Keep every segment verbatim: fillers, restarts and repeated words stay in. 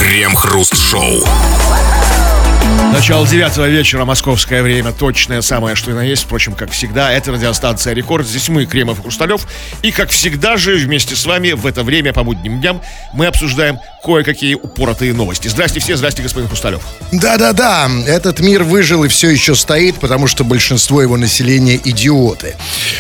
Крем-хруст-шоу. Начало девятого вечера, московское время, точное самое, что и на есть. Впрочем, как всегда, это радиостанция «Рекорд». Здесь мы, Кремов и Хрусталев. И, как всегда же, вместе с вами в это время по будним дням мы обсуждаем кое-какие упоротые новости. Здрасте все, здрасте, господин Хрусталев. Да-да-да, этот мир выжил и все еще стоит, потому что большинство его населения идиоты.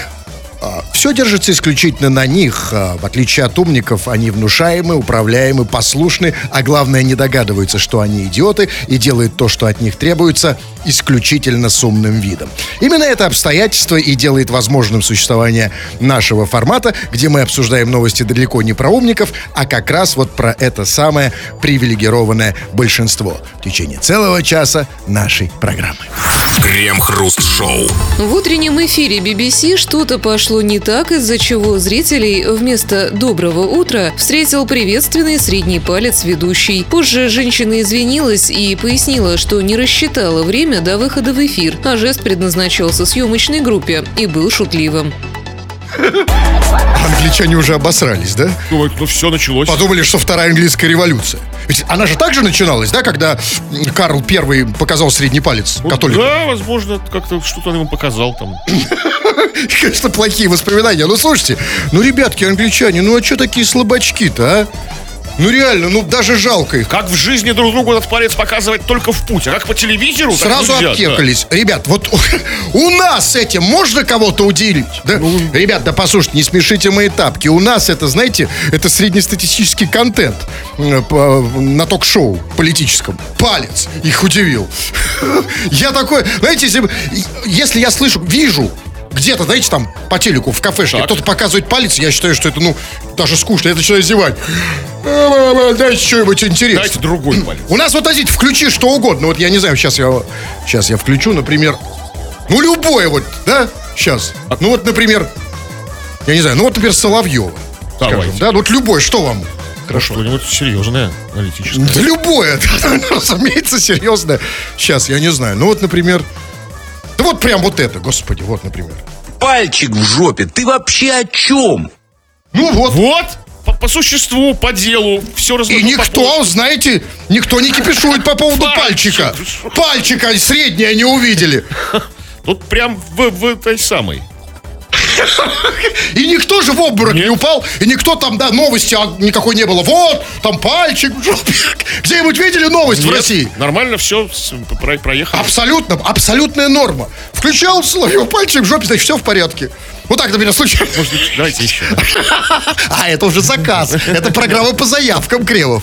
Все держится исключительно на них. В отличие от умников, они внушаемы, управляемы, послушны, а главное, не догадываются, что они идиоты, и делают то, что от них требуется, исключительно с умным видом. Именно это обстоятельство и делает возможным существование нашего формата, где мы обсуждаем новости далеко не про умников, а как раз вот про это самое привилегированное большинство в течение целого часа нашей программы. Крем-хруст-шоу. В утреннем эфире би би си что-то пошло не так, из-за чего зрителей вместо «доброго утра» встретил приветственный средний палец ведущий. Позже женщина извинилась и пояснила, что не рассчитала время до выхода в эфир, а жест предназначался съемочной группе и был шутливым. Англичане уже обосрались, да? Ну, ну все началось. Подумали, что вторая английская революция. Ведь она же так же начиналась, да, когда Карл Первый показал средний палец Вот, католику? да, возможно, как-то что-то он ему показал там. Конечно, плохие воспоминания. Ну, слушайте, ну, ребятки, англичане, ну, а что такие слабачки-то, а? Ну, реально, ну, даже жалко их. Как в жизни друг другу этот палец показывать только в путь, а как по телевизору, так Сразу нельзя, обкекались. Да. Ребят, вот у нас этим можно кого-то удивить? Да? Ну, ребят, да послушайте, не смешите мои тапки. У нас это, знаете, это среднестатистический контент на ток-шоу политическом. Палец их удивил. Я такой, знаете, если, если я слышу, вижу где-то, знаете, там по телеку, в кафешке кто-то показывает палец, я считаю, что это, ну, даже скучно. Я начинаю зевать. Дайте что-нибудь интересное. Дайте другой палец. У нас вот, знаете, включи что угодно. Вот я не знаю, сейчас я, сейчас я включу, например, ну, любое вот, да, сейчас. Ну, вот, например, я не знаю, ну, вот, например, Соловьева. Скажем, да, вот любое, что вам? Хорошо. Что-нибудь серьезное, аналитическое. Да любое, разумеется, серьезное. Сейчас, я не знаю. Ну, вот, например, да вот прям вот это, господи, вот, например. Пальчик в жопе, ты вообще о чем? Ну вот. Вот, по, по существу, по делу, все разложено. И никто, знаете, никто не кипишует по поводу пальчика. Пальчика среднее не увидели. Тут прям в, в этой самой. И никто же в обморок не упал, и никто там, да, новости никакой не было. Вот, там пальчик. Где-нибудь видели новость Нет, в России? Нормально все проехало. Абсолютно, абсолютная норма. Включал Соловьев пальчик в жопе, значит, все в порядке. Вот так, например, случайно. Может быть, давайте еще. А, это уже заказ. Это программа по заявкам, Кремов.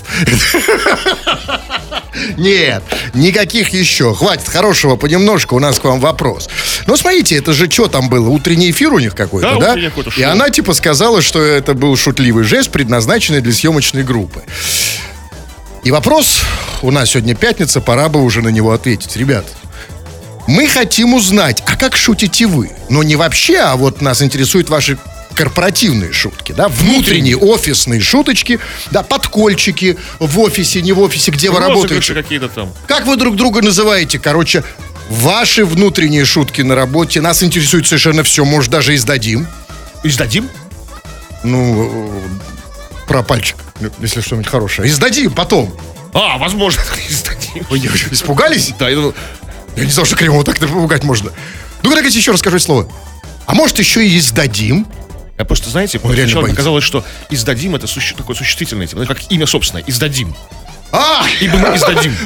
Нет, никаких еще. Хватит хорошего понемножку, у нас к вам вопрос. Ну, смотрите, это же что там было? Утренний эфир у них какой-то, да? да? И она типа сказала, что это был шутливый жест, предназначенный для съемочной группы. И вопрос, у нас сегодня пятница, пора бы уже на него ответить. Ребят, мы хотим узнать, а как шутите вы? Но не вообще, а вот нас интересуют ваши корпоративные шутки, да, внутренние офисные шуточки, да, подкольчики в офисе, не в офисе, где вы работаете. Какие-то там. Как вы друг друга называете? Короче, ваши внутренние шутки на работе. Нас интересует совершенно все. Может, даже издадим. Издадим? Ну, про пальчик, если что-нибудь хорошее. Издадим потом. А, возможно, издадим. Вы испугались? Да, я думал... Я не знал, что Кремова так напугать можно. Ну, давайте еще раз скажу слово. А может, еще и издадим? Я просто, знаете, Ой, сначала казалось, что издадим — это суще, такое существительное, типа, как имя собственное, издадим. А! Ибо мы издадим.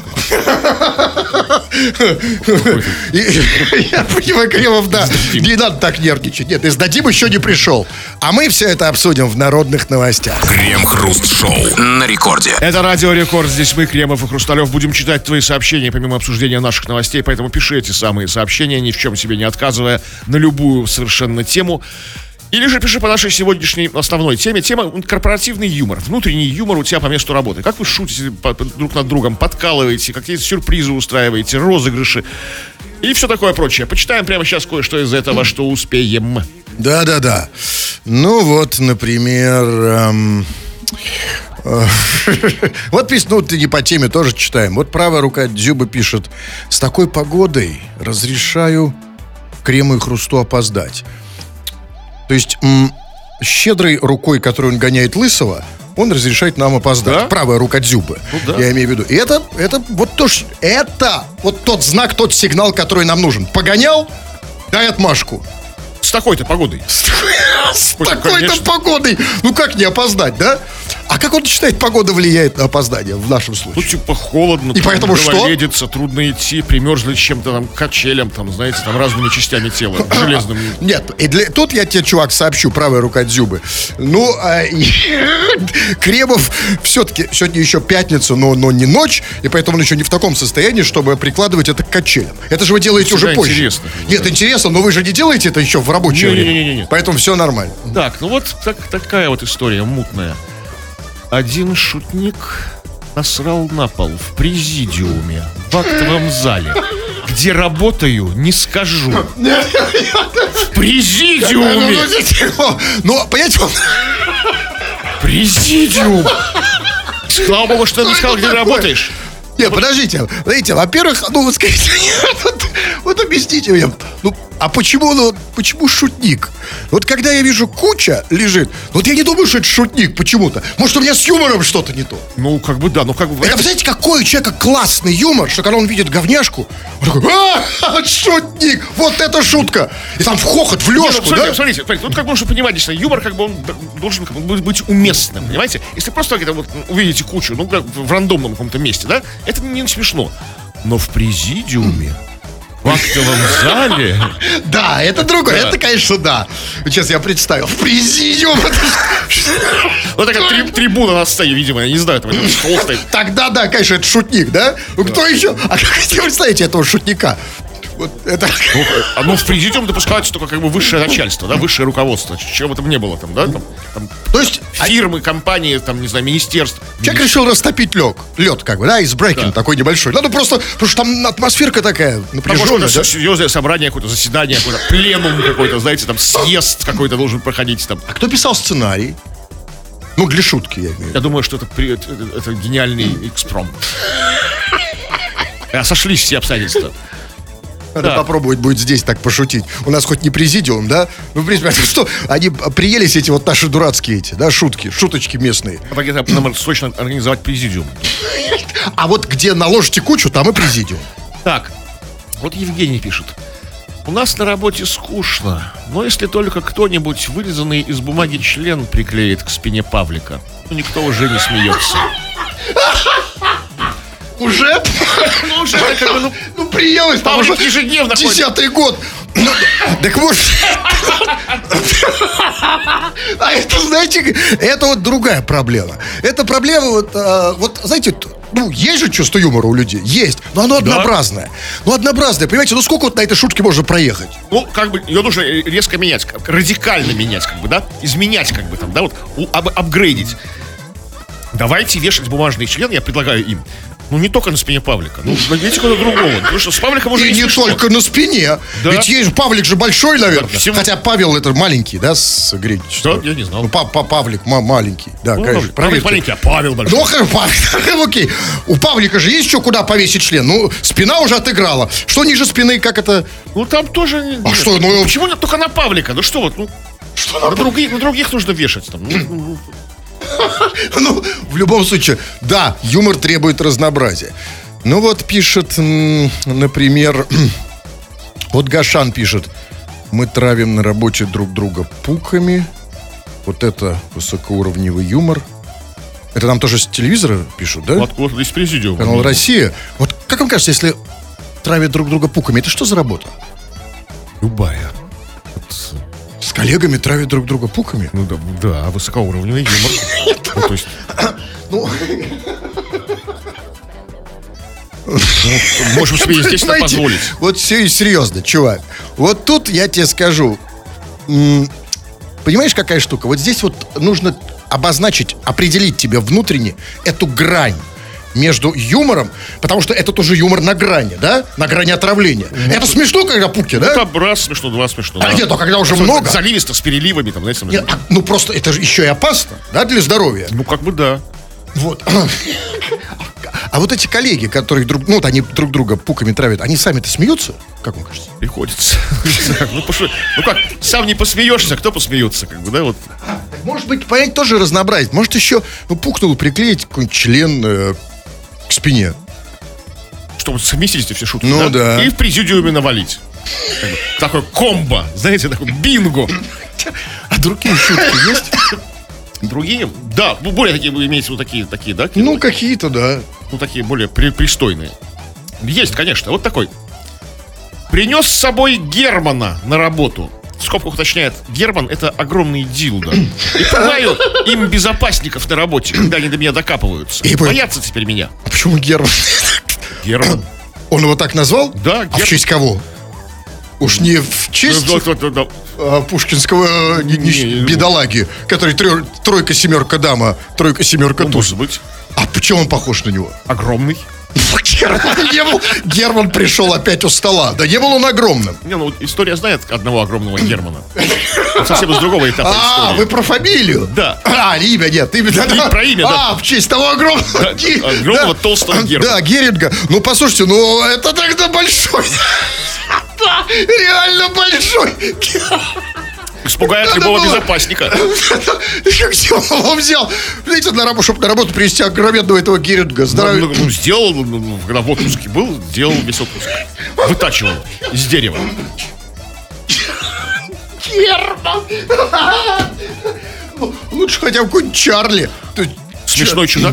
Я понимаю, Кремов, да. Не надо так нервничать. Нет, издадим еще не пришел. А мы все это обсудим в народных новостях. Крем-хруст-шоу на рекорде. Это Радио Рекорд. Здесь мы, Кремов и Хрусталев, будем читать твои сообщения, помимо обсуждения наших новостей. Поэтому пиши эти самые сообщения, ни в чем себе не отказывая, на любую совершенно тему. Или же пиши по нашей сегодняшней основной теме. Тема — корпоративный юмор. Внутренний юмор у тебя по месту работы. Как вы шутите друг над другом, подкалываете, какие-то сюрпризы устраиваете, розыгрыши и все такое прочее. Почитаем прямо сейчас кое-что из этого, что успеем. Да-да-да. Ну вот, например... Эм... Вот пишет, ну, не по теме тоже читаем. Вот правая рука Дзюба пишет: с такой погодой разрешаю Крему и Хрусту опоздать. То есть м- щедрой рукой, которой он гоняет Лысого, он разрешает нам опоздать. Да? Правая рука Дзюбы. Ну да. Я имею в виду. И это, это вот то, ш- это вот тот знак, тот сигнал, который нам нужен. Погонял, дай отмашку. С такой-то погодой. С такой-то конечно. погодой. Ну как не опоздать, да? А как он считает, погода влияет на опоздание в нашем Ну, случае? типа, холодно. И поэтому что? Гололедица, трудно идти, примерзли чем-то там, качелем, там, знаете, там, разными частями тела, железным. Нет, и для, тут я тебе, чувак, сообщу, правая рука Дзюбы. Ну, а, и, Кремов все-таки, сегодня еще пятница, но, но не ночь, и поэтому он еще не в таком состоянии, чтобы прикладывать это к качелям. Это же вы делаете Всегда уже позже. интересно. Нет, интересно, но вы же не делаете это еще в рабочее время. Не-не-не-не-не. Поэтому все нормально. Так, ну вот так, такая вот история мутная. Один шутник насрал на пол в президиуме в актовом зале. Где работаю, не скажу. В президиуме! Ну, понимаете, он... Президиум! Слава богу, что ты не сказал, где ты работаешь. Нет, подождите, знаете, во-первых, ну, вот скажите, вот, вот объясните мне, ну, а почему, ну, почему шутник? Вот когда я вижу куча лежит, вот я не думаю, что это шутник почему-то. Может, у меня с юмором что-то не то. Ну, как бы да, ну как бы... Это, знаете, какой у человека классный юмор, что когда он видит говняшку, он такой, а, шутник, вот это шутка. И там в хохот, в Не, ну, лёжку, смотрите, да? смотрите, смотрите, тут как бы нужно понимать, действительно, юмор как бы он должен как бы быть уместным, понимаете? Если просто где-то вот увидите кучу, ну, как в рандомном каком-то месте, да, это не смешно. Но в президиуме, в актовом зале... Да, это другое, Да. это, конечно, да. Сейчас я представил, в президиум. Вот такая три- трибуна на сцене, видимо, я не знаю, там этот стол стоит. Тогда, да, конечно, это шутник, да? Ну, кто еще? А как вы представляете этого шутника? Вот это... Ну, а, ну, в президиум допускается только как бы высшее начальство, да, высшее руководство. Чего бы там не было там, да? Там, там То есть фирмы, компании, там, не знаю, министерств. человек решил растопить лед, лед как бы, да, из брейкинг Да. такой небольшой. Надо просто, потому что там атмосферка такая Там может напряженная, какое-то да? серьезное собрание, какое-то заседание, какой-то пленум какой-то, знаете, там съезд какой-то должен проходить там. А кто писал сценарий? Ну, для шутки, я имею в виду. Я думаю, что это, при- это, это гениальный экспромт. А, сошлись все обстоятельства. Надо Да. попробовать будет здесь так пошутить. У нас хоть не президиум, да? Ну, в принципе, это что? Они приелись эти вот наши дурацкие эти, да, шутки, шуточки местные. А так это нам срочно организовать президиум. А вот где наложите кучу, там и президиум. Так, вот Евгений пишет. У нас на работе скучно, но если только кто-нибудь вырезанный из бумаги член приклеит к спине Павлика, то никто уже не смеется. Уже? Ну, уже это как бы, ну, Ну, приелось, там Павлик уже ежедневно ходит. десятый год. Ну, так может... А это, знаете, это вот другая проблема. Это проблема вот, а, вот, знаете, т- ну, есть же чувство юмора у людей, есть, но оно однообразное. Ну, однообразное, понимаете, ну сколько вот на этой шутке можно проехать? Ну, как бы, ее нужно резко менять, как- радикально менять, как бы, да? Изменять, как бы, там, да, вот, у- ап- апгрейдить. Давайте вешать бумажный член, я предлагаю им. Ну, не только на спине Павлика, ну, найдите кого-то другого. Потому что с Павликом уже И не смешно. только на спине. Да. Ведь есть же Павлик же большой, наверное. Да, всему- Хотя Павел это маленький, да, с греческого. Да, я не знал. Ну, па- па- Павлик ма- маленький. Да, Ну, конечно. Павлик проверьте. маленький, а Павел большой. Ну, хорошо, Павлик, окей. У Павлика же есть еще куда повесить член. Ну, спина уже отыграла. Что ниже спины, как это? Ну, там тоже... не- А что, ну- Почему нет только на Павлика? Ну, что вот, ну... Что На других, на других нужно вешать там. Ну, ну, Ну, в любом случае, да, юмор требует разнообразия. Ну, вот пишет, м, например, вот Гашан пишет, мы травим на работе друг друга пуками. Вот это высокоуровневый юмор. Это нам тоже с телевизора пишут, да? вот, вот здесь президиум. Канал «Россия». Вот как вам кажется, если травят друг друга пуками, это что за работа? Любая. С коллегами травят друг друга пуками? Ну, да, да, высокоуровневый юмор. Ну, то есть... Ну, Можем себе, естественно, понимаете, позволить. Вот все серьезно, чувак. Вот тут я тебе скажу. м, Понимаешь, какая штука? Вот здесь вот нужно обозначить, определить тебе внутренне эту грань между юмором, потому что это тоже юмор на грани, да? На грани отравления. Это смешно, когда пуки, да? Там раз смешно, два смешно. А да. нет, ну когда уже Особенно много. Заливисто, с переливами, там, знаете, там, Нет, а, ну просто это же еще и опасно, да, для здоровья. ну, как бы да. Вот. А вот эти коллеги, которые друг, ну, вот они друг друга пуками травят, они сами-то смеются? Как вам кажется? Приходится. Ну, пошли. Ну как, сам не посмеешься, кто посмеется, как бы, да, вот. Может быть, понять тоже разнообразить. Может, еще, ну, пукнул, приклеить какой-нибудь член э, к спине. Чтобы совместить эти все шутки, Ну, да. И в президиуме навалить. Как бы такой комбо, знаете, такой бинго. А другие шутки есть? Другие, да, ну, более такие, вы имеете вот такие, такие, да? Ну, какие-то, да. Ну, такие более при- пристойные. Есть, конечно, вот такой. Принес с собой Германа на работу. В скобках уточняет, Герман — это огромный дилдо. И пугаю им безопасников на работе, когда они до меня докапываются. И по- Боятся теперь меня. А почему Герман? Герман. Он его так назвал? Да, А в Герман. честь кого? Уж не в честь Да, да, да, да. а, пушкинского э, не- не- Не, бедолаги, который трё- тройка, семерка, дама, тройка, семерка, Ну, туз. может быть. А почему он похож на него? Огромный. Герман, не был- Герман пришел опять у стола. Да не был он огромным. Не, ну, история знает одного огромного Германа. Он совсем из другого этапа А, истории. вы про фамилию? Да. А, имя нет, имя, да, да. про имя, да. А, в честь того огромного. Да, Ге- огромного толстого Германа. Да, Геринга. Ну, послушайте, ну, это тогда большой. Да, реально большой. Испугает Надо любого было. безопасника. Где он его взял? Знаете, на работу, чтобы на работу привезти огроменного этого Геринга. Ну, Здравия. ну, ну, сделал, ну, ну, когда в отпуске был, делал весь отпуск. Вытачивал из дерева. Герман. Лучше хотя бы какой-нибудь Чарли. То есть, Смешной чудак.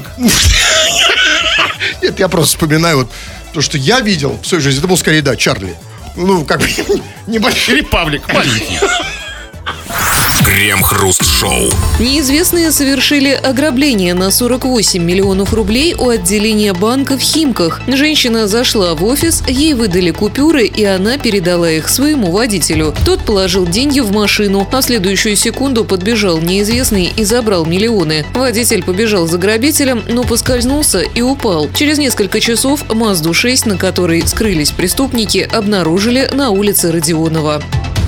Нет, я просто вспоминаю вот то, что я видел в своей жизни. Это был скорее, да, Чарли. Ну, как бы небольшой. Или Павлик, маленький. Крем-хруст-шоу. Неизвестные совершили ограбление на сорок восемь миллионов рублей у отделения банка в Химках. Женщина зашла в офис, ей выдали купюры, и она передала их своему водителю. Тот положил деньги в машину, а в следующую секунду подбежал неизвестный и забрал миллионы. Водитель побежал за грабителем, но поскользнулся и упал. Через несколько часов Мазду шесть, на которой скрылись преступники, обнаружили на улице Родионова.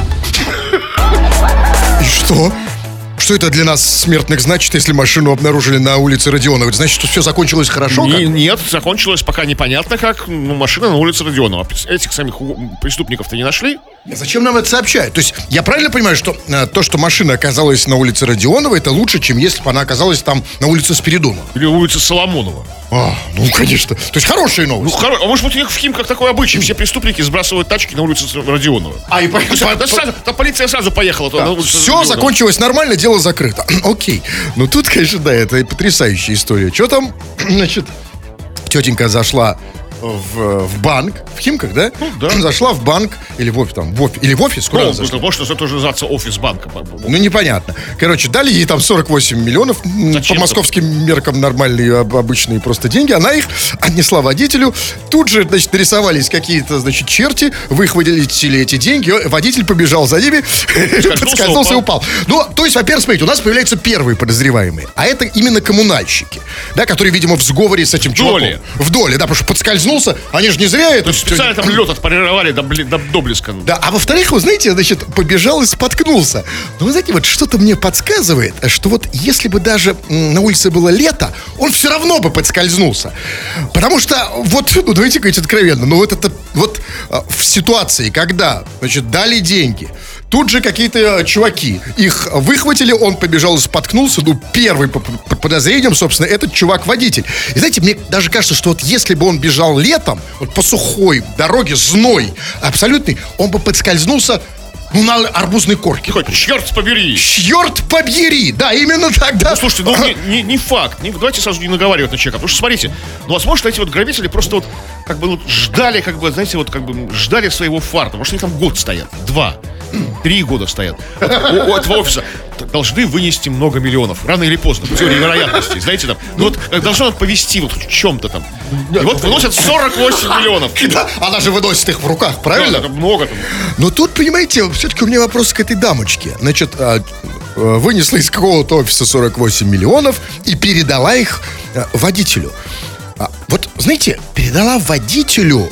И что? Что это для нас, смертных, значит, если машину обнаружили на улице Родионова? Это значит, что все закончилось хорошо? Не- как? нет, закончилось пока непонятно как. Ну, машина на улице Родионова. Этих самих у- преступников-то не нашли. Зачем нам это сообщают? То есть, я правильно понимаю, что э, то, что машина оказалась на улице Родионова, это лучше, чем если бы она оказалась там на улице Спиридонова? Или улица Соломонова. А, ну, конечно. То есть, хорошие Ну, новости. хоро- а может быть, у них в Химках такой обычай. Все преступники сбрасывают тачки на улице Родионова. А, и по- То есть, по- да сразу- там полиция сразу поехала. туда, на улицу Все Родионова. закончилось нормально, дело закрыто. Окей. Ну тут, конечно, да, это потрясающая история. Что там, значит, тетенька зашла в, в банк, в Химках, да? Ну, да. Зашла в банк или в офис, там, в офис, или в офис, куда Ну, она зашла? может, это тоже называется офис банка. Ну, непонятно. Короче, дали ей там сорок восемь миллионов, м, Зачем-то. по московским меркам нормальные, об- обычные просто деньги. Она их отнесла водителю. Тут же, значит, нарисовались какие-то, значит, черти, выхватили эти деньги. Водитель побежал за ними, подскользнулся и упал. Ну, то есть, во-первых, смотрите, у нас появляются первые подозреваемые. А это именно коммунальщики, да, которые, видимо, в сговоре с этим чуваком. доле. В доле, да, потому что подскользнулся. Они же не зря это... Специально там лед отполировали до, бли- до, до блеска. Да, а во-вторых, вы знаете, значит, побежал и споткнулся. Но вы знаете, вот что-то мне подсказывает, что вот если бы даже м, на улице было лето, он все равно бы подскользнулся. Потому что, вот, ну давайте говорить откровенно, ну вот это вот а, в ситуации, когда, значит, дали деньги, тут же какие-то чуваки их выхватили, он побежал и споткнулся. Ну, первый по, по подозрениям, собственно, этот чувак-водитель. И знаете, мне даже кажется, что вот если бы он бежал летом, вот по сухой дороге, зной абсолютный, он бы подскользнулся, ну, на арбузной корке. Хоть черт побери. Черт побери! Да, именно так, да. Ну, слушайте, ну не, не- не факт. Не- давайте сразу не наговаривать на человека. Потому что, смотрите, ну, возможно, эти вот грабители просто вот как бы вот ждали, как бы, знаете, вот как бы ждали своего фарта. Потому что они там год стоят, два, три года стоят. Вот у, у этого офиса т- должны вынести много миллионов. Рано или поздно, по теории вероятности. Знаете, там, ну вот как должно повести вот в чем-то там. И вот выносят сорок восемь миллионов. Да, она же выносит их в руках, Да, правильно? это много там. Но тут, понимаете, все-таки у меня вопрос к этой дамочке. Значит, а, э, вынесла из какого-то офиса сорок восемь миллионов и передала их э, водителю. А, вот, знаете, передала водителю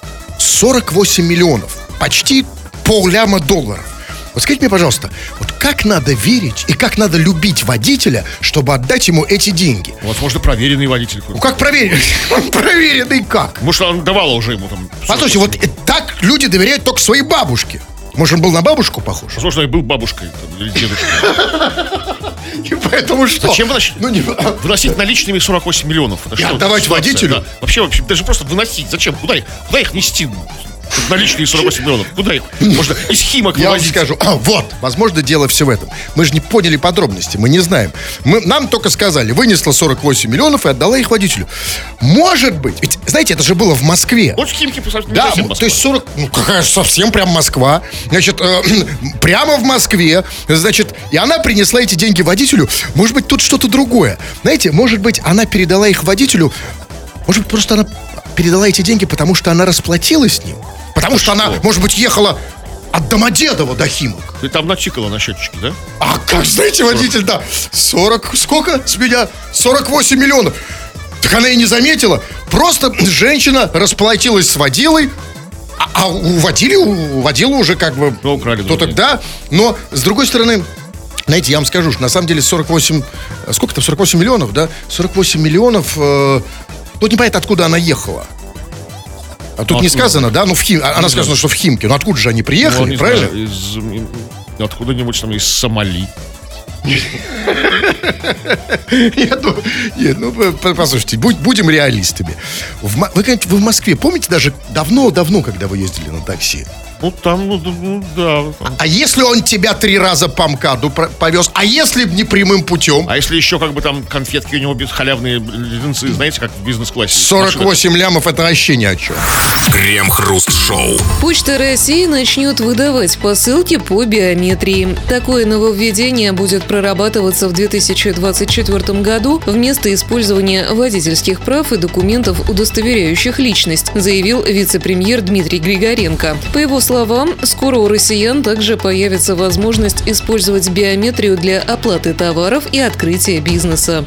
сорок восемь миллионов. Почти полляма долларов. Вот скажите мне, пожалуйста, вот как надо верить и как надо любить водителя, чтобы отдать ему эти деньги? Возможно, проверенный водитель. Ну, как проверенный? Проверенный как? Может, он давала уже ему там. Послушайте, вот э, так люди доверяют только своей бабушке. Может, он был на бабушку похож? Возможно, я был бабушкой там, или дедушкой. И поэтому что? Зачем выносить, Ну, не... выносить наличными сорок восемь миллионов? Это И что, отдавать ситуация, водителю? да. Вообще, вообще, даже просто выносить. Зачем? Куда их, куда их нести? Наличные сорок восемь миллионов. Куда их? Можно из Химок Я вам вывозить. скажу, а, вот, возможно, дело все в этом. Мы же не поняли подробности, мы не знаем. Мы, нам только сказали, вынесла сорок восемь миллионов и отдала их водителю. Может быть, ведь, знаете, это же было в Москве. Вот в Химки не Да, совсем то Москва. есть сорок, ну какая совсем прям Москва. Значит, э, прямо в Москве, значит, и она принесла эти деньги водителю. Может быть, тут что-то другое. Знаете, может быть, она передала их водителю, может быть, просто она передала эти деньги, потому что она расплатилась с ним. Потому что она, может быть, ехала от Домодедово до Химок. Ты там начикала на счетчике, да? А как, знаете, водитель, да, сорок, сколько с меня? сорок восемь миллионов. Так она и не заметила. Просто женщина расплатилась с водилой, а, а у водили, у водила уже как бы... Ну, украли, то да. тогда, но с другой стороны, знаете, я вам скажу, что на самом деле сорок восемь... Сколько там, сорок восемь миллионов, да? сорок восемь миллионов... Э, тут непонятно, откуда она ехала. А тут Ну, не откуда? сказано, да? Ну, в Хим... Она сказано, что в Химки. Ну, откуда же они приехали, Ну, не правильно? знаю, из, м, откуда-нибудь там из Сомали. Я думаю, нет, ну, по- послушайте, будь- будем реалистами. В, Мо- вы, как- вы в Москве, помните, даже давно-давно, когда вы ездили на такси? Ну, там, ну, д- ну, да. там. А если он тебя три раза по МКАДу про- повез? А если б не прямым путем? А если еще как бы там конфетки у него без халявные леденцы, знаете, как в бизнес-классе? сорок восемь лямов, это вообще ни о чем. Крем-хруст-шоу. Почта России начнет выдавать посылки по биометрии. Такое нововведение будет прорабатываться в две тысячи двадцать четвёртом году вместо использования водительских прав и документов, удостоверяющих личность, заявил вице-премьер Дмитрий Григоренко. По его словам, скоро у россиян также появится возможность использовать биометрию для оплаты товаров и открытия бизнеса.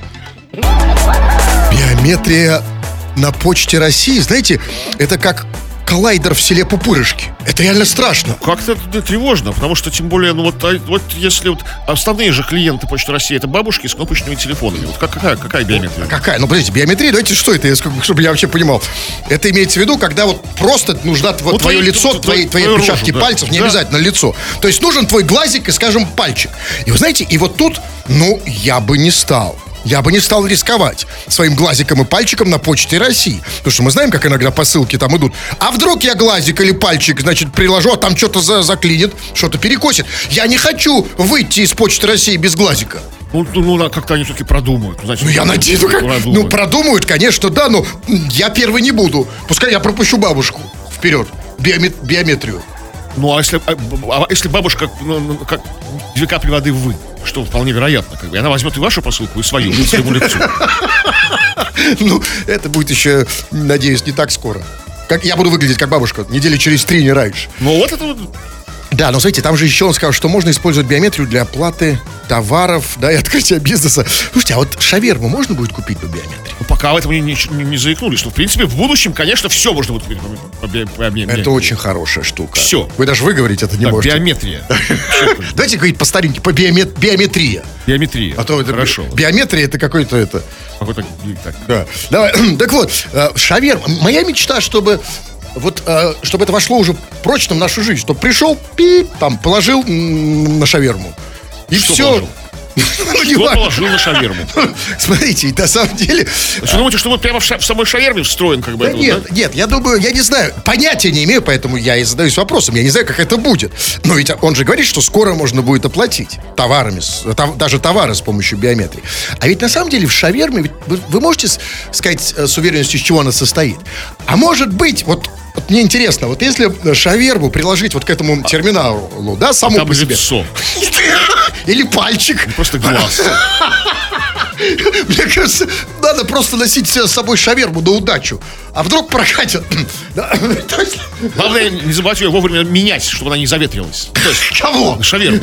Биометрия на Почте России, знаете, это как коллайдер в селе Пупырышки. Это реально страшно. Как-то это тревожно, потому что, тем более, ну вот, а, вот если вот основные же клиенты Почты России это бабушки с кнопочными телефонами. Вот как, какая, какая биометрия? Какая? Ну, подождите, биометрия, давайте, что это, чтобы я вообще понимал? Это имеется в виду, когда вот просто нужно вот Ну, твое твои- лицо, тв- твои, тв- твои твою отпечатки рожу, да. пальцев, не Да. обязательно лицо. То есть нужен твой глазик и, скажем, пальчик. И вы знаете, и вот тут, ну, я бы не стал. Я бы не стал рисковать своим глазиком и пальчиком на Почте России. Потому что мы знаем, как иногда посылки там идут. А вдруг я глазик или пальчик, значит, приложу, а там что-то за- заклинит, что-то перекосит. Я не хочу выйти из Почты России без глазика. Ну, ну, ну, да, как-то они все-таки продумают. Значит, Ну, я надеюсь, ну, как- ну, продумают. продумают, конечно, да, но я первый не буду. Пускай я пропущу бабушку вперед, биоме- биометрию. Ну, а если, а, а если бабушка, ну, ну, как две капли воды вы, что вполне вероятно, как бы, и она возьмет и вашу посылку, и свою, по своему лицу. Ну, это будет еще, надеюсь, не так скоро. Как я буду выглядеть как бабушка, недели через три, не раньше. Ну, вот это вот. Да, но смотрите, там же еще он сказал, что можно использовать биометрию для оплаты товаров, да, и открытия бизнеса. Слушайте, а вот шаверму можно будет купить по биометрии? Ну, пока в этом не, не, не заикнулись, что, в принципе, в будущем, конечно, все можно будет купить по, по, би- по биометрии. Это очень хорошая штука. Всё. Вы даже выговорить это не Так, можете. биометрия. Давайте говорить по старинке, по биомет- биометрия. Биометрия. А то это Хорошо. би- биометрия это какой-то это. Какой-то, так. Да. Давай. Так вот, э, шаверма. Моя мечта, чтобы вот, э, чтобы это вошло уже прочно в нашу жизнь. Чтобы пришел, пип, там, положил м, на шаверму. И Что все. положил? Кто положил на шаверму? Смотрите, на самом деле... Вы думаете, что вот прямо в, ша- в самой шаверме встроен, как бы, Да это вот, нет, да? нет, я думаю, я не знаю, понятия не имею, поэтому я и задаюсь вопросом, я не знаю, как это будет. Но ведь он же говорит, что скоро можно будет оплатить товарами, с- тов- даже товары с помощью биометрии. А ведь на самом деле в шаверме, ведь вы, вы можете с- сказать э, с уверенностью, из чего она состоит? А может быть, вот, вот мне интересно, вот если шаверму приложить вот к этому терминалу, да, саму Там по себе. лицо, Или пальчик. просто глаз. Мне кажется, надо просто носить с собой шаверму на удачу. А вдруг прокатит. Да, то есть, Главное, не забывать ее вовремя менять, чтобы она не заветрилась. То есть, Кого? шаверму.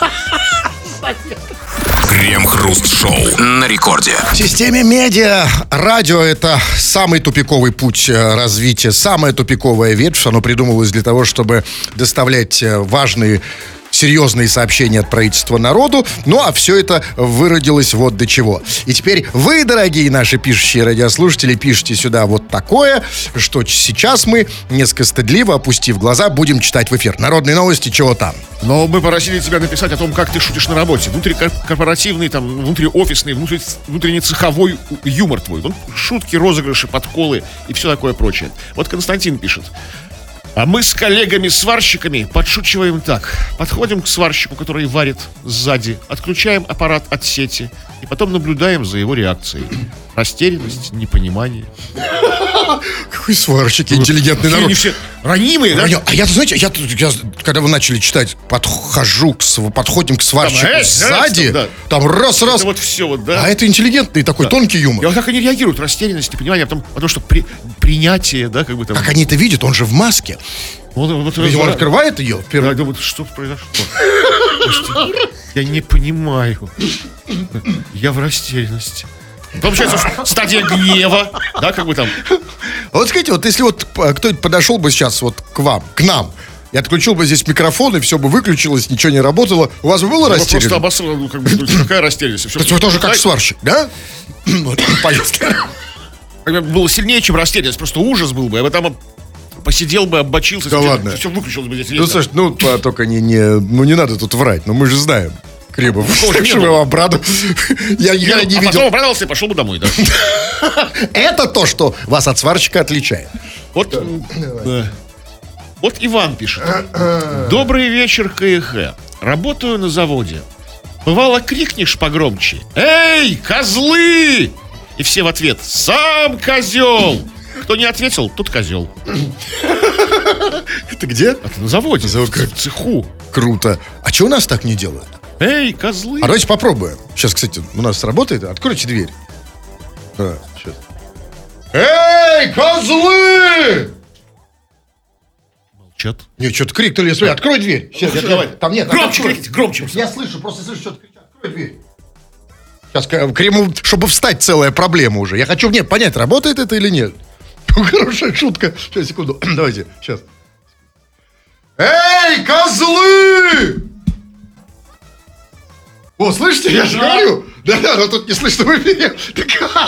Крем-хруст-шоу на рекорде. В системе медиа радио — это самый тупиковый путь э, развития, самая тупиковая ветвь. Оно придумывалось для того, чтобы доставлять э, важные, серьезные сообщения от правительства народу. Ну, а все это выродилось вот до чего. И теперь вы, дорогие наши пишущие радиослушатели, пишите сюда вот такое, что сейчас мы, несколько стыдливо, опустив глаза, будем читать в эфир. Народные новости, чего там? Но мы просили тебя написать о том, как ты шутишь на работе. Внутрикорпоративный, там, внутриофисный, внутри, внутренне цеховой юмор твой. Ну, шутки, розыгрыши, подколы и все такое прочее. Вот Константин пишет. А мы с коллегами-сварщиками подшучиваем так. Подходим к сварщику, который варит сзади, отключаем аппарат от сети и потом наблюдаем за его реакцией. Растерянность, непонимание. Какой сварщик, интеллигентный народ. Они все ранимые, да? А я, знаете, я, я, когда вы начали читать, подхожу, к, св- подходим к сварщику Там, э, сзади, э, да. там раз-раз. Это вот все вот, да. А это интеллигентный такой, Да. тонкий юмор. И вот как они реагируют, растерянность, непонимание, а потом, потому что при, принятие, да, как бы там. Как они это видят, он же в маске. Вот, вот, Ведь он раз- открывает ее. Да, Первый... думают, что произошло? Слушайте, я не понимаю. Я в растерянности. Получается, стадия гнева, да, как бы там. А вот скажите, вот если вот п- кто-нибудь подошел бы сейчас вот к вам, к нам, и отключил бы здесь микрофон, и все бы выключилось, ничего не работало, у вас бы было Ну, просто растерянно? обосрал, ну, как бы, какая растерянность. Всё, То есть вы тоже как да, сварщик, да? Вот, понятно. как бы было сильнее, чем растерянность, просто ужас был бы. Я бы там посидел бы, обмочился, Да ладно. все выключилось бы здесь. Ну, слушай, ну, по- только не, не, ну, не надо тут врать, но мы же знаем. Кремов, Такого так не что мы было. вам правду. Я никогда а не потом видел. обрадовался и пошел бы домой, да. Это то, что вас от сварщика отличает. Вот, м, да. Вот Иван пишет. Добрый вечер, КХ. Работаю на заводе. Бывало, крикнешь погромче. Эй, козлы! И все в ответ. Сам козел! Кто не ответил, тот козел. Это где? Это на заводе, в цеху. Круто. А что у нас так не делают? Эй, козлы! А давайте попробуем. Сейчас, кстати, у нас работает. Откройте дверь. Да, сейчас. Эй, козлы! Молчат. Нет, что-то крикнули. Смотри, открой дверь. Сейчас, я- Давай. Там нет. Громче открой. крикните, громче. Я слышу, просто слышу, что-то кричат. Открой дверь. Сейчас, к- Крему, чтобы встать, целая проблема уже. Я хочу, нет, понять, работает это или нет. Ну, хорошая шутка. Сейчас, секунду. Давайте, сейчас. Эй, козлы! О, слышите, я же говорю. Да-да, но тут не слышно в эфире. Так,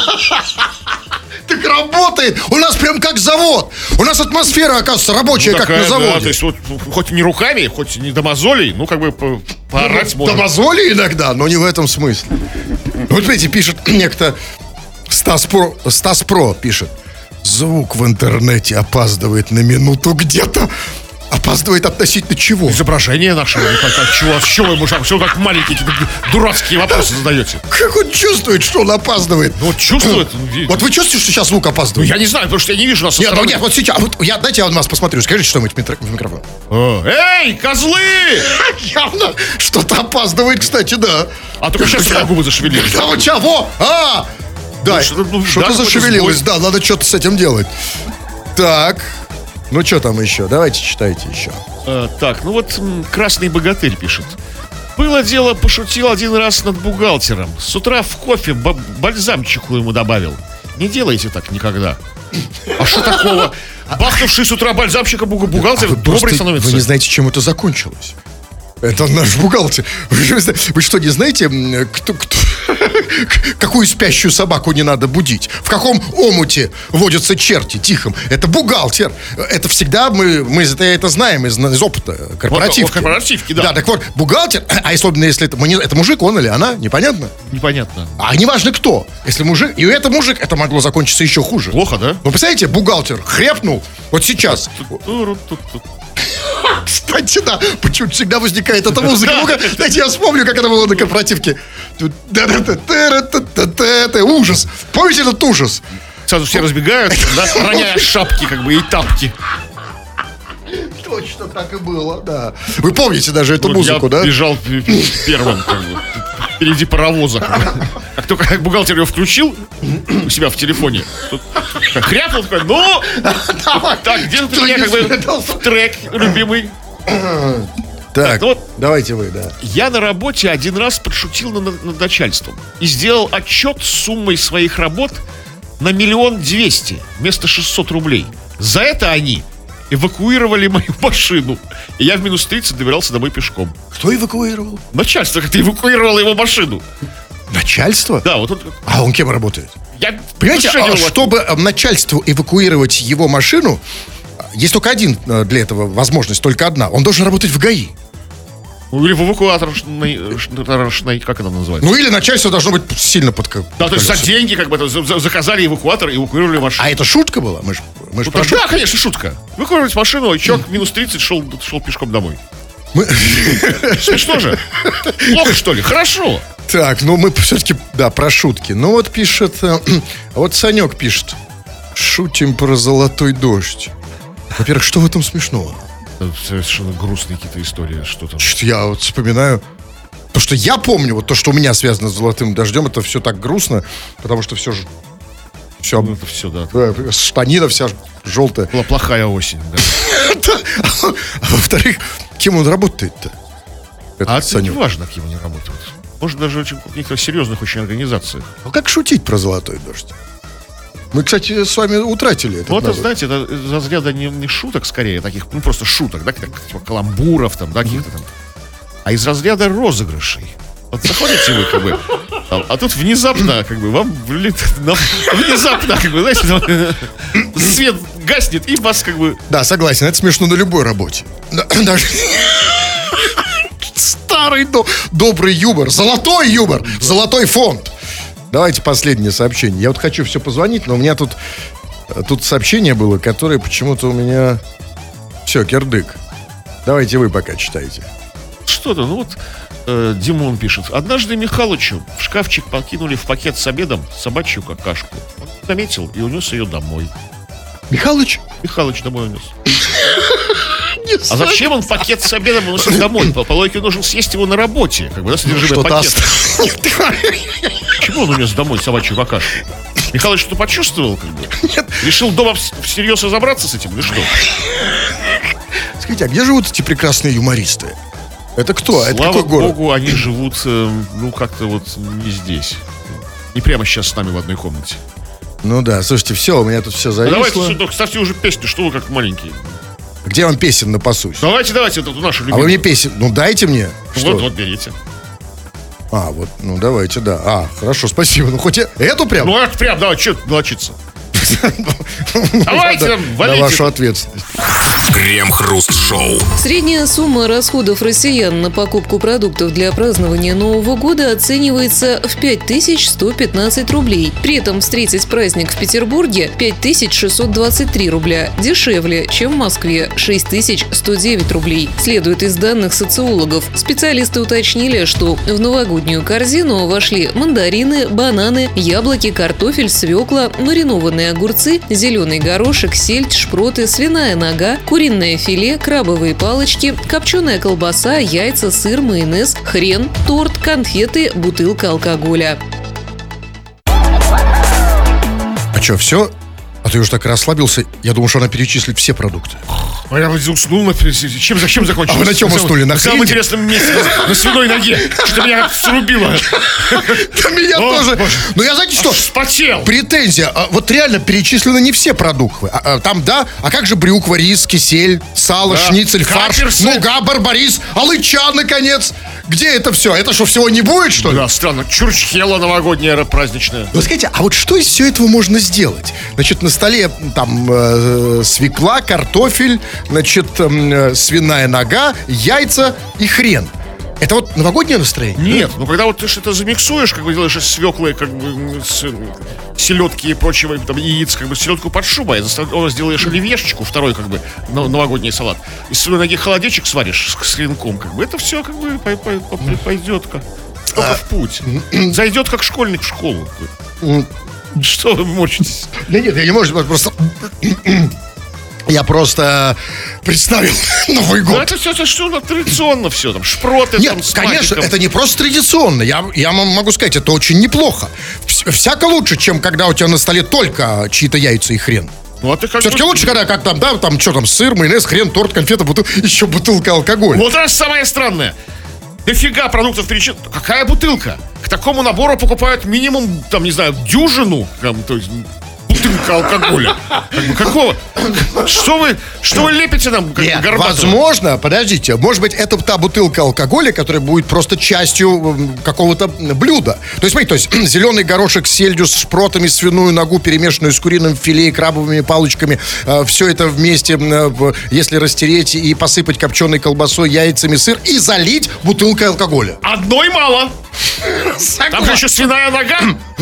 так работает. У нас прям как завод. У нас атмосфера, оказывается, рабочая, Ну, как такая, на да, заводе. то есть вот, ну, хоть не руками, хоть не до мозолей, ну, как бы по- поорать До можно. мозоли иногда, но не в этом смысле. Вот видите, пишет некто Стас Про, Стас Про пишет. Звук в интернете опаздывает на минуту где-то. Опаздывает относительно чего? Изображение нашего, не как, как чего, с чего ему шаг, все как маленькие какие-то дурацкие вопросы задаете. Как он чувствует, что он опаздывает? Ну, вот чувствует. он видит. Вот вы чувствуете, что сейчас звук Ну, опаздывает? я не знаю, потому что я не вижу нас со Нет, ну стороны. нет, вот сейчас. Вот я, дайте я на вас посмотрю. Скажите что-нибудь в митро- в микрофон. А, Эй, козлы! Явно что-то опаздывает, кстати, да. А только сейчас у меня губы зашевелились. Да вот чего? А! Да, Ну, что-то, ну, что-то да, какой-то зашевелилось, сбой. да, надо что-то с этим делать. Так, ну что там еще? Давайте читайте еще. А, так, ну вот м, Красный Богатырь пишет. Было дело, пошутил один раз над бухгалтером. С утра в кофе ба- бальзамчику ему добавил. Не делайте так никогда. А что такого? Бахнувший с утра бальзамчика бу- бухгалтер А вы добрый просто- становится. Вы не знаете, чем это закончилось. Это наш бухгалтер. Вы, же зна- вы что, не знаете, м, кто, кто- какую спящую собаку не надо будить? В каком омуте водятся черти тихом? Это бухгалтер. Это всегда мы, мы это, это знаем из, из опыта корпоративки. Вот, корпоративки, да. Да, так вот, бухгалтер, а особенно если это, мы не- это мужик, он или она, непонятно. Непонятно. А неважно кто. Если мужик, и это мужик, это могло закончиться еще хуже. Плохо, да? Вы представляете, бухгалтер хрепнул вот сейчас. Туру-ту-ту. Кстати, да, почему всегда возникает эта музыка. Ну-ка, дайте я вспомню, как это было на корпоративке. Тут да-да-да-да-да-да-да. Ужас. Помните этот ужас? Сразу все разбегаются, да, роняя шапки, как бы, и тапки. Точно так и было, да. Вы помните даже эту Вот музыку, я да? бежал п- п- первым, как бы, впереди паровоза. Как бы. Как только как бухгалтер ее включил у себя в телефоне, тут как хряпнул, такой, ну, Давай. так, где тут у Кто меня не как бы спрятался? трек любимый. Так, ну вот. давайте вы, да. Я на работе один раз подшутил над, над начальством и сделал отчет с суммой своих работ на миллион двести вместо шестьсот рублей. За это они эвакуировали мою машину. И я в минус тридцать добирался домой пешком. Кто эвакуировал? Начальство как-то эвакуировало его машину. Начальство? Да, вот он... А он кем работает? Я Понимаете, машине а его- чтобы э, начальству эвакуировать его машину, есть только один э, для этого возможность, только одна. Он должен работать в ГАИ. Ну, или в эвакуаторшной, как это называется? Ну или начальство должно быть сильно под... ко- Да, то есть за колесом. деньги как бы это, за- за- заказали эвакуатор и эвакуировали машину. А это шутка была? Мы ж, мы ж Ну, про да, шутку. конечно, шутка. Эвакуировать машину, и человек в минус тридцать шел, шел пешком домой. Мы- Смешно же? Плохо, что ли? Хорошо. Так, ну мы все-таки, да, про шутки. Ну вот пишет, э, вот Санек пишет. Шутим про золотой дождь. Во-первых, что в этом смешного? Это совершенно грустные какие-то истории. Что там? Что-то я вот вспоминаю. То, что я помню, вот то, что у меня связано с золотым дождем, это все так грустно, потому что все же... Все, Ну, это все, да. штанина вся желтая. Была плохая осень, да. А во-вторых, кем он работает-то? Этот А это не Санек. важно, кем они работают. Может, даже очень, в некоторых серьезных очень организациях. А как шутить про золотой дождь? Мы, кстати, с вами утратили этот Ну, это, навык. знаете, это из разряда не, не шуток, скорее, таких, ну, просто шуток, да, как, типа каламбуров, там, да, каких-то там. А из разряда розыгрышей. Вот заходите вы, как бы, там, а тут внезапно, как бы, вам влит, нам, внезапно, как бы, знаете, там, свет гаснет, и вас, как бы, Да, согласен, это смешно на любой работе. Да, даже- Старый до- добрый юмор, золотой юмор, золотой фонд. Давайте последнее сообщение. Я вот хочу все позвонить, но у меня тут, э, тут сообщение было, которое почему-то у меня... Все, кирдык. Давайте вы пока читайте. что-то, ну вот, э, Димон пишет. Однажды Михалычу в шкафчик покинули в пакет с обедом собачью какашку. Он заметил и унес ее домой. Михалыч? Михалыч домой унес. А зачем он пакет с обедом уносит домой? По, по логике, он должен съесть его на работе. Как бы, да, содержимое Что-то пакета. осталось. Почему он унес домой собачью какашку? Михалыч что-то почувствовал, как бы? Решил дома вс- всерьез разобраться с этим, или что? Скажите, а где живут эти прекрасные юмористы? Это кто? Это Слава какой город? богу, они живут, э, ну, как-то вот не здесь. Не прямо сейчас с нами в одной комнате. Ну да, слушайте, все, у меня тут все А зависло. давайте сюда, ставьте уже песню, что вы как маленькие. Где вам песен напасусь? Давайте, давайте, вот эту нашу А любимую. вы мне песен, ну дайте мне. Что? Вот, вот, берите. А, вот, ну давайте, да. А, хорошо, спасибо. Ну хоть и- эту прям. Ну, это прям, давай, что мелочиться? Давайте, на, валите. на вашу ответственность. Крем-хруст-шоу. Средняя сумма расходов россиян на покупку продуктов для празднования Нового года оценивается в пять тысяч сто пятнадцать рублей. При этом встретить праздник в Петербурге – пять тысяч шестьсот двадцать три рубля, дешевле, чем в Москве – шесть тысяч сто девять рублей. Следует из данных социологов. Специалисты уточнили, что в новогоднюю корзину вошли мандарины, бананы, яблоки, картофель, свекла, маринованные огурцы, зеленый горошек, сельдь, шпроты, свиная нога, куриное филе, крабовые палочки, копченая колбаса, яйца, сыр, майонез, хрен, торт, конфеты, бутылка алкоголя. А что, все? А ты уже так расслабился. Я думал, что она перечислит все продукты. А я вот уснул на... Чем, зачем закончилось? А вы на чем уснули? На На самом хрене? интересном месте. На, на свиной ноге. Что меня срубило. Да меня О, тоже. боже. Ну я, знаете что? Аж вспотел. Претензия. А, вот реально перечислены не все продукты. А, а, там, да? А как же брюква, рис, кисель, сало, Да. шницель, фарш, Каперсы. нуга, барбарис, алыча, наконец? Где это все? Это что, всего не будет, что ли? Да, странно. Чурчхела новогодняя, праздничная. Ну, скажите, а вот что из всего этого можно сделать? Значит, на столе там э, свекла, картофель, значит, э, свиная нога, яйца и хрен. Это вот новогоднее настроение? Нет, ну когда вот ты что-то замиксуешь, как бы делаешь из свеклы, как бы с селедки и прочего, там, яиц, как бы селедку под шубой, а сделаешь оливьешечку, второй, как бы, но- новогодний салат. Из свиной ноги холодечек сваришь с, с хренком, как бы, это все, как бы, пой- пой- пой- пойдет как. Только в путь. Зайдет как школьник в школу. Что вы морщитесь? Да нет, я не могу, просто... Я просто представил Новый Ну, год. это все, это что, традиционно все, там, шпроты, Нет, там, с конечно, магиком. это не просто традиционно. Я, я вам могу сказать, это очень неплохо. Вс- Всяко лучше, чем когда у тебя на столе только чьи-то яйца и хрен. Ну, а ты как Все-таки бы- лучше, когда как там, да, там что там, сыр, майонез, хрен, торт, конфета, бутыл, еще бутылка алкоголя. Вот это самое странное. Дофига продуктов перечислено. Какая бутылка? К такому набору покупают минимум, там, не знаю, дюжину. Там, то есть, бутылок. бутылка алкоголя. Как бы, какого? Что вы, что вы лепите нам? Как Нет, горбатого? возможно, подождите, может быть, это та бутылка алкоголя, которая будет просто частью м, какого-то блюда. То есть, смотрите, то есть зеленый горошек с сельдью, с шпротами, свиную ногу, перемешанную с куриным филе и крабовыми палочками. Э, все это вместе, э, если растереть и посыпать копченой колбасой, яйцами, сыр и залить бутылкой алкоголя. Одной мало. Там же еще свиная нога.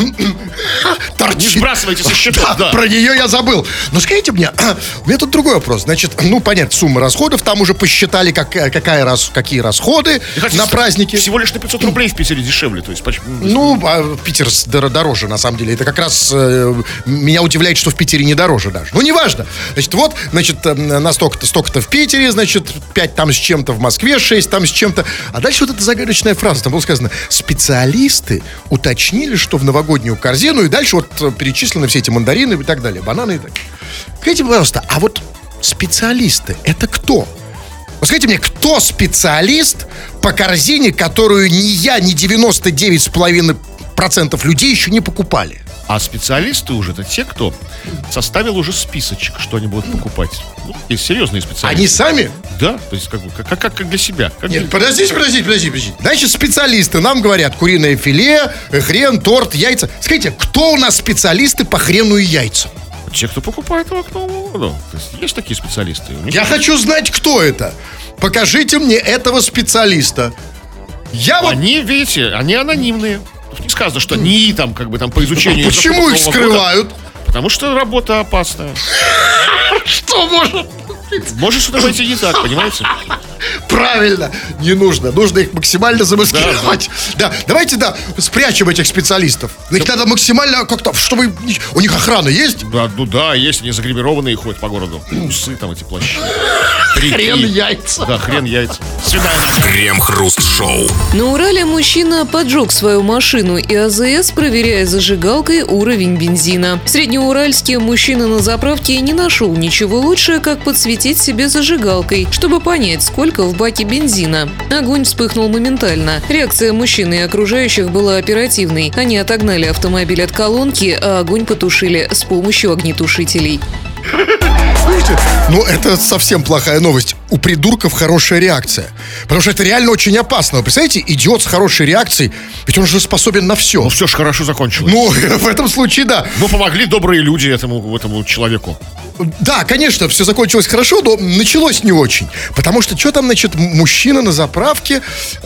Не сбрасывайте со счетов. Да, про нее я забыл. Но скажите мне, у меня тут другой вопрос. Значит, ну, понятно, сумма расходов. Там уже посчитали, как, какая раз, какие расходы на праздники. Всего лишь на пятьсот рублей в Питере дешевле. То есть, ну, а Питер дороже, на самом деле. Это как раз э, меня удивляет, что в Питере не дороже даже. Ну, неважно. Значит, вот, значит, на столько-то, столько-то в Питере, значит, пять там с чем-то в Москве, шесть там с чем-то. А дальше вот эта загадочная фраза. Там было сказано: специалисты уточнили, что в новогоднюю корзину, и дальше вот перечислены все эти мандарины и так далее, бананы и так далее. Скажите, пожалуйста, а вот специалисты это кто? Вот скажите мне, кто специалист по корзине, которую ни я, ни девяносто девять целых пять десятых процента людей еще не покупали? А специалисты уже это те, кто составил уже списочек, что они будут покупать. Ну, есть серьезные специалисты. Они сами? Да, то есть как бы как, как, как для себя. Как Нет, для... подождите, подождите, подождите, подождите. Значит, специалисты нам говорят: куриное филе, хрен, торт, яйца. Скажите, кто у нас специалисты по хрену и яйцам? Те, кто покупает в окно. Ну, то есть, есть такие специалисты. Я есть... хочу знать, кто это. Покажите мне этого специалиста. Я вот... Они, видите, они анонимные. Тут не сказано, что они там, как бы там по изучению... Почему их скрывают? Года, потому что работа опасная. Что может? Может что-то пойти не так, понимаете? Правильно, не нужно. Нужно их максимально замаскировать. Да, да. Да, давайте, да, спрячем этих специалистов. Их надо максимально как-то, чтобы... У них охрана есть? Да, ну да, есть, они загримированные ходят по городу. Усы там, эти плащи. Хрен яйца. Да, хрен яйца. Свиная нога. Крем-хруст-шоу. На Урале мужчина поджег свою машину и АЗС, проверяя зажигалкой уровень бензина. В Среднеуральске мужчина на заправке не нашел ничего лучше, как подсветить себе зажигалкой, чтобы понять, сколько в баке бензина. Огонь вспыхнул моментально. Реакция мужчины и окружающих была оперативной. Они отогнали автомобиль от колонки, а огонь потушили с помощью огнетушителей. Слушайте, ну это совсем плохая новость. У придурков хорошая реакция. Потому что это реально очень опасно. Вы представляете, идиот с хорошей реакцией, ведь он же способен на все. Ну все же хорошо закончилось. Ну, в этом случае, да. Ну, помогли добрые люди этому, этому человеку. Да, конечно, все закончилось хорошо, но началось не очень. Потому что что там, значит, мужчина на заправке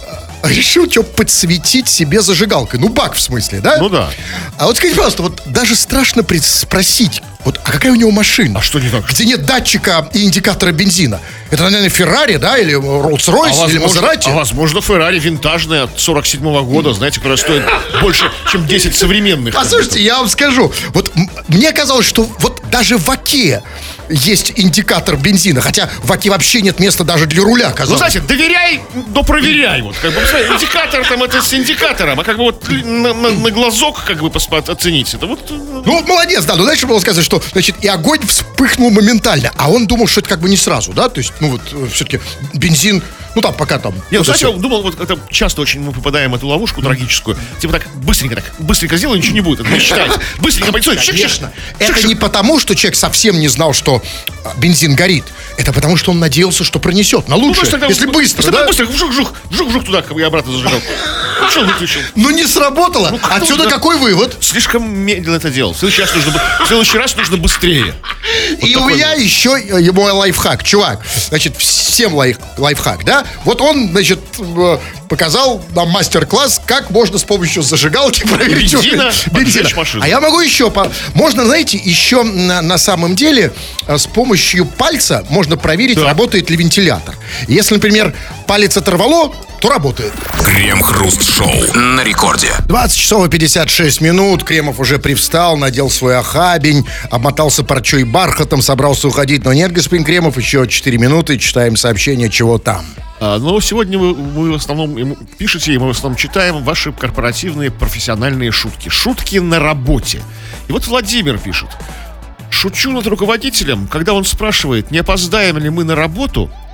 решил что подсветить себе зажигалкой. Ну, бак в смысле, да? Ну да. А вот скажите, пожалуйста, вот даже страшно спросить, вот, а какая у него машина? А что не так? Где нет датчика и индикатора бензина? Это, наверное, Феррари, да? Или Роллс-Ройс, а или Мазерати? А возможно, Феррари винтажная от сорок седьмого года, знаете, которая стоит больше, чем десять современных. Послушайте, я вам скажу. Вот мне казалось, что вот даже в ОКе есть индикатор бензина. Хотя в ОКе вообще нет места даже для руля, казалось. Ну, знаете, доверяй, но проверяй. Вот, как бы, индикатор там, это с индикатором. А как бы вот на, на, на глазок, как бы, оценить это вот... Ну, молодец, да. Но дальше было сказать, что, значит, и огонь вспыхнул моментально. А он думал, что это как бы не сразу, да? То есть, ну, вот, все-таки бензин... Ну, там, пока там... Нет, ну, знаете, я думал, вот это часто очень мы попадаем в эту ловушку трагическую. Типа так, быстренько так, быстренько сделаю, ничего не будет. Это не считается. Быстренько пойдет. Конечно. Это не потому, что человек совсем не знал, что бензин горит. Это потому, что он надеялся, что пронесет на лучшее, ну, тогда, если быстро, если да? быстро, вжух-жух, вжух-жух туда, как бы, и обратно зажигал. Включил, выключил. Ну, не сработало. Ну, отсюда да. Какой вывод? Слишком медленно это делал. В следующий раз нужно, в следующий раз нужно быстрее. Вот и у меня вот. Еще мой лайфхак. Чувак, значит, всем лайф, лайфхак, да? Вот он, значит, показал нам мастер-класс, как можно с помощью зажигалки проверить бензина, бензина. А я могу еще, по... можно, знаете, еще на, на самом деле с помощью пальца можно проверить, да. Работает ли вентилятор. Если, например, палец оторвало, то работает. Крем-хруст-шоу на рекорде. двадцать часов и пятьдесят шесть минут. Кремов уже привстал, надел свой охабень, обмотался парчой бархатом, собрался уходить. Но нет, господин Кремов, еще четыре минуты. Читаем сообщение, чего там. А, но сегодня вы, вы в основном пишете, и мы в основном читаем ваши корпоративные профессиональные шутки. Шутки на работе. И вот Владимир пишет. Шучу над руководителем, когда он спрашивает, не опоздаем ли мы на работу,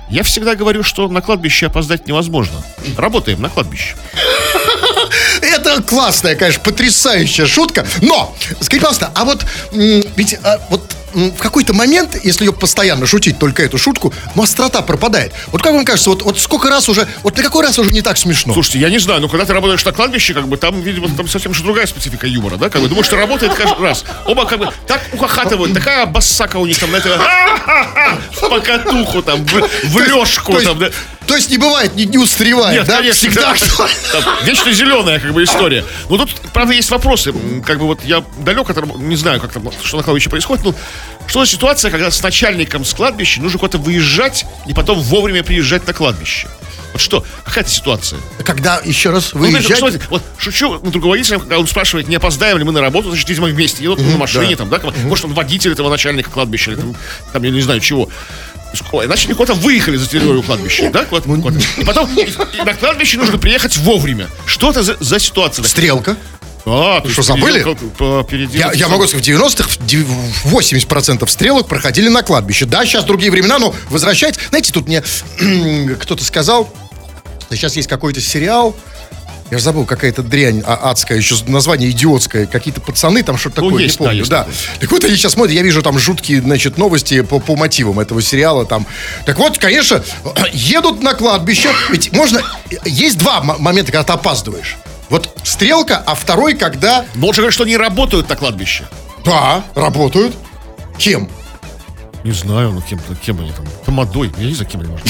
Я всегда говорю, что на кладбище опоздать невозможно. Работаем на кладбище. Это классная, конечно, потрясающая шутка. Но, скажите, пожалуйста, а вот м, ведь а, вот м, в какой-то момент, если ее постоянно шутить, только эту шутку, ну, острота пропадает. Вот как вам кажется, вот, вот сколько раз уже, вот на какой раз уже не так смешно? Слушайте, я не знаю, но когда ты работаешь на кладбище, как бы там, видимо, там совсем же другая специфика юмора, да? Как бы думаешь, что работает каждый раз. Оба как бы так ухахатывают, такая бассака у них там на это, в покатуху там, в, в лёжку то есть, там, да. То есть не бывает, не, не устаревает, Нет, да? конечно, Всегда да, что... там, вечно зеленая, как бы, история. Но тут, правда, есть вопросы. М, Как бы вот я далек от раб- не знаю, как там, что на кладбище происходит. Ну, что за ситуация, когда с начальником с кладбища нужно куда-то выезжать и потом вовремя приезжать на кладбище? Вот что, какая-то ситуация? Когда еще раз Ну, знаешь, выезжать... смотрите, вот шучу над руководителем, когда он спрашивает, не опоздаем ли мы на работу, значит, видимо, вместе едут на машине, да. там, да, как- может, он водитель этого начальника кладбища, или там, там, я не знаю чего. Ой, Иначе куда-то выехали за территорию кладбища, да? куда-то, куда-то. И потом и- и на кладбище нужно приехать вовремя. Что это за, за ситуация? Стрелка. А, ты что, забыли? переделал- по- переделал- Я, я могу сказать, в девяностых восемьдесят процентов стрелок проходили на кладбище. Да, сейчас другие времена, но возвращать... Знаете, тут мне кто-то сказал, что сейчас есть какой-то сериал, я же забыл, какая-то дрянь а, адская, еще название идиотское, какие-то пацаны, там что-то Ну, такое, есть, не помню. да, есть Да, такое. Так вот, они сейчас смотрят, я вижу там жуткие, значит, новости по, по мотивам этого сериала. Там. Так вот, конечно, едут на кладбище, ведь можно... Есть два м- момента, когда ты опаздываешь. Вот стрелка, а второй, когда... Но он же говорит, что они работают на кладбище. Да, работают. Кем? Не знаю, ну кем, кем они там? Тамадой, я не знаю, кем они может быть.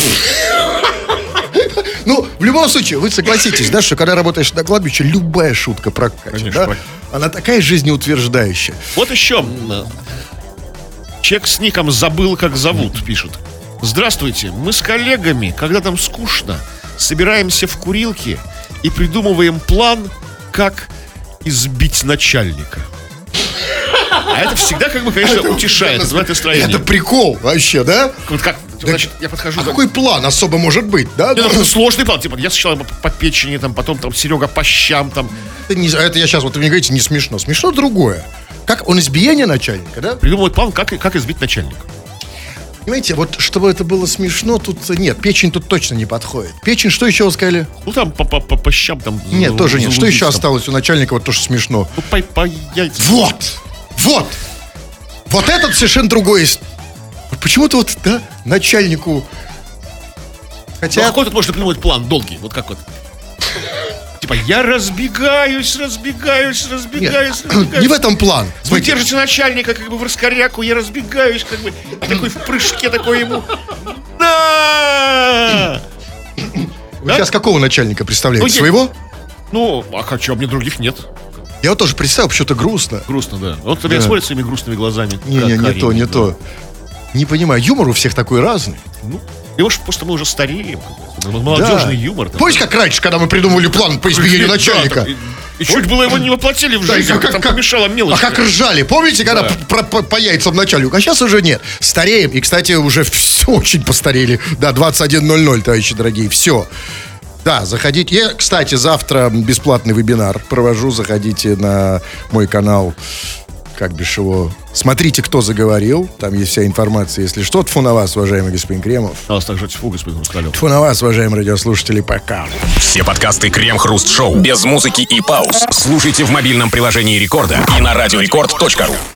Ну, в любом случае, вы согласитесь, да, что когда работаешь на кладбище, любая шутка прокатит, Конечно, да? прок- Она такая жизнеутверждающая. Вот еще. м, Человек с ником «Забыл, как зовут» пишет. Здравствуйте, мы с коллегами, когда нам скучно, собираемся в курилке и придумываем план, как избить начальника. А это всегда, как бы, конечно, утешает, вызывает настроение. Это прикол вообще, да? Вот как, значит, я подхожу... А там- какой план особо может быть, да? Не, ну, сложный план, типа, я сначала по, по печени, там, потом там Серега по щам, там. Это, не- это я сейчас, вот вы мне говорите, не смешно. Смешно другое. Как он избиение начальника, да? Придумывает план, как, как избить начальника. Понимаете, вот чтобы это было смешно, тут нет, печень тут точно не подходит. Печень, что еще вы сказали? Ну, там по, по, по, по щам, там... Нет, за- тоже нет. Что еще залудить, там. осталось у начальника, вот то, что смешно? Ну, по, по яйцам. Вот! Вот! Вот этот совершенно другой. из- Вот почему-то вот, да, начальнику... Ну, Хотя... какой тут можно придумать план долгий, вот как вот. Типа, я разбегаюсь, разбегаюсь, разбегаюсь, Нет, разбегаюсь. не в этом план. Вы Смотрите, держите начальника как бы в раскоряку, я разбегаюсь, как бы, и такой в прыжке такой ему. Да! вы сейчас какого начальника представляете? Ну, я- Своего? Ну, а как, что, мне других нет. Я вот тоже представил, почему-то грустно. Грустно, да. Вот тебя смотрит своими грустными глазами. Не-не, не Карими, то, не да. то. Не понимаю, юмор у всех такой разный. Ну, его ж просто мы уже стареем. как бы. Молодежный юмор. там. Помните, как раньше, когда мы придумывали план по избиению Да, начальника? так, и, и чуть было его не воплотили в Да, и жизнь, как, там помешала мелочь. А как ржали, помните, когда Да. по, по- по яйцам начальнику? А сейчас уже нет. Стареем. И, кстати, уже все очень постарели. Да, двадцать один ноль ноль, товарищи дорогие. Все. Да, заходите. Я, кстати, завтра бесплатный вебинар провожу. Заходите на мой канал. Как бишь его. Смотрите, кто заговорил. Там есть вся информация, если что. Тьфу на вас, уважаемый господин Кремов. А, так же, фу, господин Хрусталев. Тьфу на вас, уважаемые радиослушатели. Пока. Все подкасты Крем-Хруст Шоу без музыки и пауз слушайте в мобильном приложении Рекорда и на радиорекорд точка ру.